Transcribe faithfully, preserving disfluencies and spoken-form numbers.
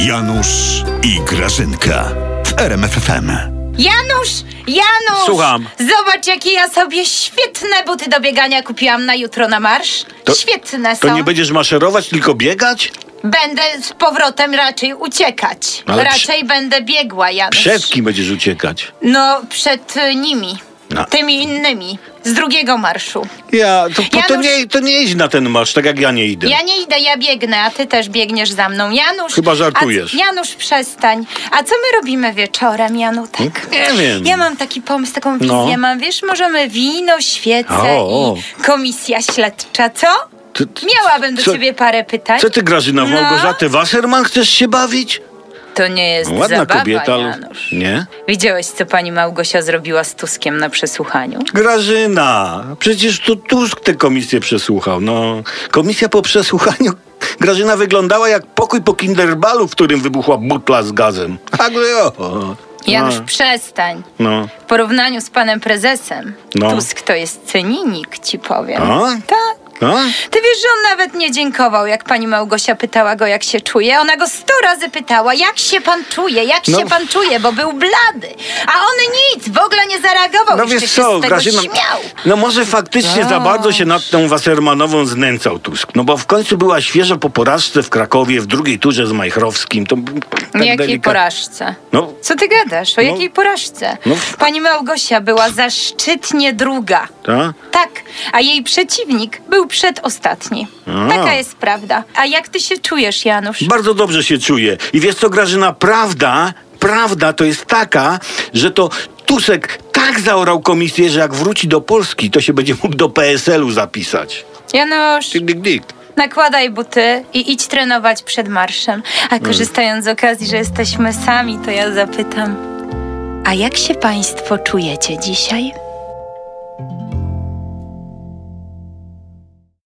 Janusz i Grażynka w R M F F M. Janusz! Janusz! Słucham. Zobacz, jakie ja sobie świetne buty do biegania kupiłam na jutro na marsz. To- Świetne są. To nie będziesz maszerować, tylko biegać? Będę z powrotem raczej uciekać. Ale raczej będę biegła, Janusz. Przed kim będziesz uciekać? No, przed y, nimi. No. Tymi innymi. Z drugiego marszu. Ja, to, to, to, Janusz- nie, to nie idź na ten marsz, tak jak ja nie idę. Ja nie idę, ja biegnę, a ty też biegniesz za mną. Janusz... Chyba żartujesz. A, Janusz, przestań. A co my robimy wieczorem, Janutek? Nie wiem. Ja mam taki pomysł, taką wizję No. mam. Wiesz, możemy wino, świece O, o. i komisja śledcza, co? Ty- ty- Miałabym do co- ciebie parę pytań. Co ty, Grażyna, w No. Małgorzatę Wasserman chcesz się bawić? To nie jest Ładna zabawa, kobieta, ale... Janusz. Nie? Widziałeś, co pani Małgosia zrobiła z Tuskiem na przesłuchaniu? Grażyna, przecież to Tusk tę komisję przesłuchał. No, komisja po przesłuchaniu, Grażyna, wyglądała jak pokój po Kinderbalu, w którym wybuchła butla z gazem. Tak, o. Janusz, No. przestań. No. W porównaniu z panem prezesem, No. Tusk to jest cyninik, ci powiem. A? Tak. No? Ty wiesz, że on nawet nie dziękował, jak pani Małgosia pytała go, jak się czuje. Ona go sto razy pytała, jak się pan czuje, jak No. się pan czuje, bo był blady. A on nic, w ogóle nie zareagował. No Jeszcze wiesz się co, z tego Grażyna, śmiał. no może faktycznie za O. bardzo się nad tą Wassermanową znęcał Tusk. No bo w końcu była świeżo po porażce w Krakowie, w drugiej turze z Majchrowskim. To tak Jakiej delika- porażce? No, Co ty gadasz? O jakiej porażce? no. Pani Małgosia była zaszczytnie druga. ta? Tak, a jej przeciwnik był przedostatni. A. Taka jest prawda. A jak ty się czujesz, Janusz? Bardzo dobrze się czuję. I wiesz co, Grażyna, prawda, prawda to jest taka, że to Tusek tak zaorał komisję, że jak wróci do Polski, to się będzie mógł do P S L u zapisać. Janusz, Dik, dik, dik. nakładaj buty i idź trenować przed marszem. A korzystając z okazji, że jesteśmy sami, to ja zapytam, a jak się państwo czujecie dzisiaj?